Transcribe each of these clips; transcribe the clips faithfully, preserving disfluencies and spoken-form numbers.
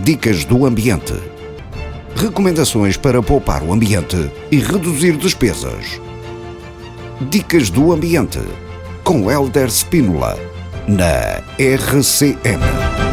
Dicas do ambiente. Recomendações para poupar o ambiente e reduzir despesas. Dicas do ambiente, com Hélder Spínola, na R C M.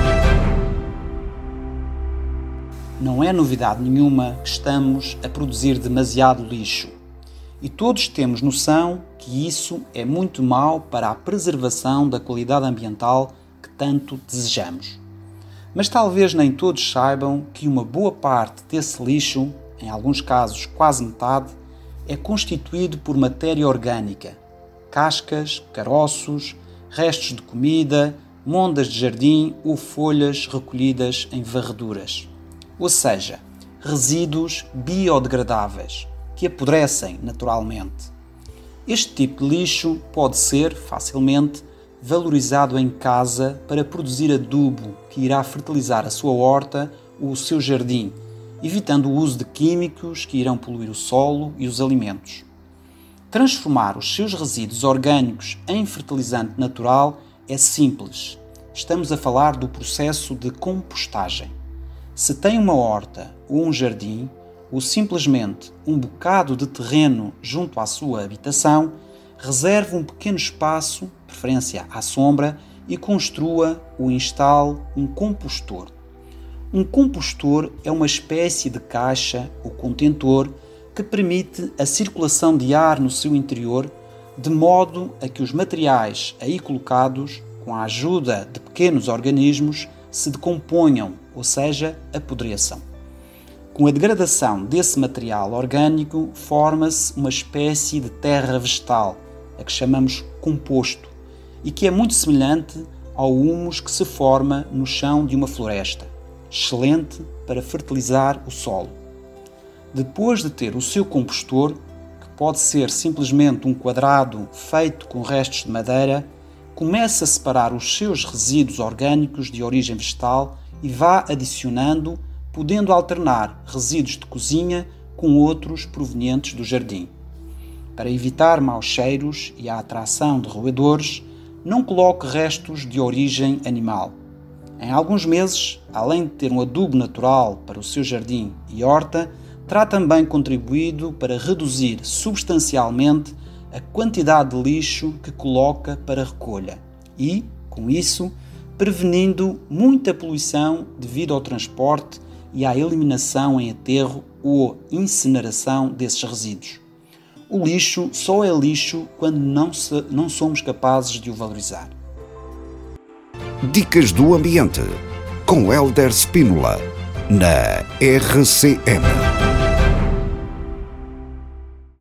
Não é novidade nenhuma que estamos a produzir demasiado lixo. E todos temos noção que isso é muito mau para a preservação da qualidade ambiental que tanto desejamos. Mas talvez nem todos saibam que uma boa parte desse lixo, em alguns casos quase metade, é constituído por matéria orgânica, cascas, caroços, restos de comida, mondas de jardim ou folhas recolhidas em varreduras. Ou seja, resíduos biodegradáveis, que apodrecem naturalmente. Este tipo de lixo pode ser, facilmente, valorizado em casa para produzir adubo que irá fertilizar a sua horta ou o seu jardim, evitando o uso de químicos que irão poluir o solo e os alimentos. Transformar os seus resíduos orgânicos em fertilizante natural é simples. Estamos a falar do processo de compostagem. Se tem uma horta ou um jardim, ou simplesmente um bocado de terreno junto à sua habitação, reserve um pequeno espaço, preferência à sombra, e construa ou instale um compostor. Um compostor é uma espécie de caixa ou contentor que permite a circulação de ar no seu interior, de modo a que os materiais aí colocados, com a ajuda de pequenos organismos, se decomponham, ou seja, apodreçam. Com a degradação desse material orgânico, forma-se uma espécie de terra vegetal, a que chamamos composto, e que é muito semelhante ao humus que se forma no chão de uma floresta, excelente para fertilizar o solo. Depois de ter o seu compostor, que pode ser simplesmente um quadrado feito com restos de madeira, comece a separar os seus resíduos orgânicos de origem vegetal e vá adicionando, podendo alternar resíduos de cozinha com outros provenientes do jardim. Para evitar maus cheiros e a atração de roedores, não coloque restos de origem animal. Em alguns meses, além de ter um adubo natural para o seu jardim e horta, terá também contribuído para reduzir substancialmente a quantidade de lixo que coloca para recolha e, com isso, prevenindo muita poluição devido ao transporte e à eliminação em aterro ou incineração desses resíduos. O lixo só é lixo quando não, se, não somos capazes de o valorizar. Dicas do ambiente, com Hélder Spínola, na R C M.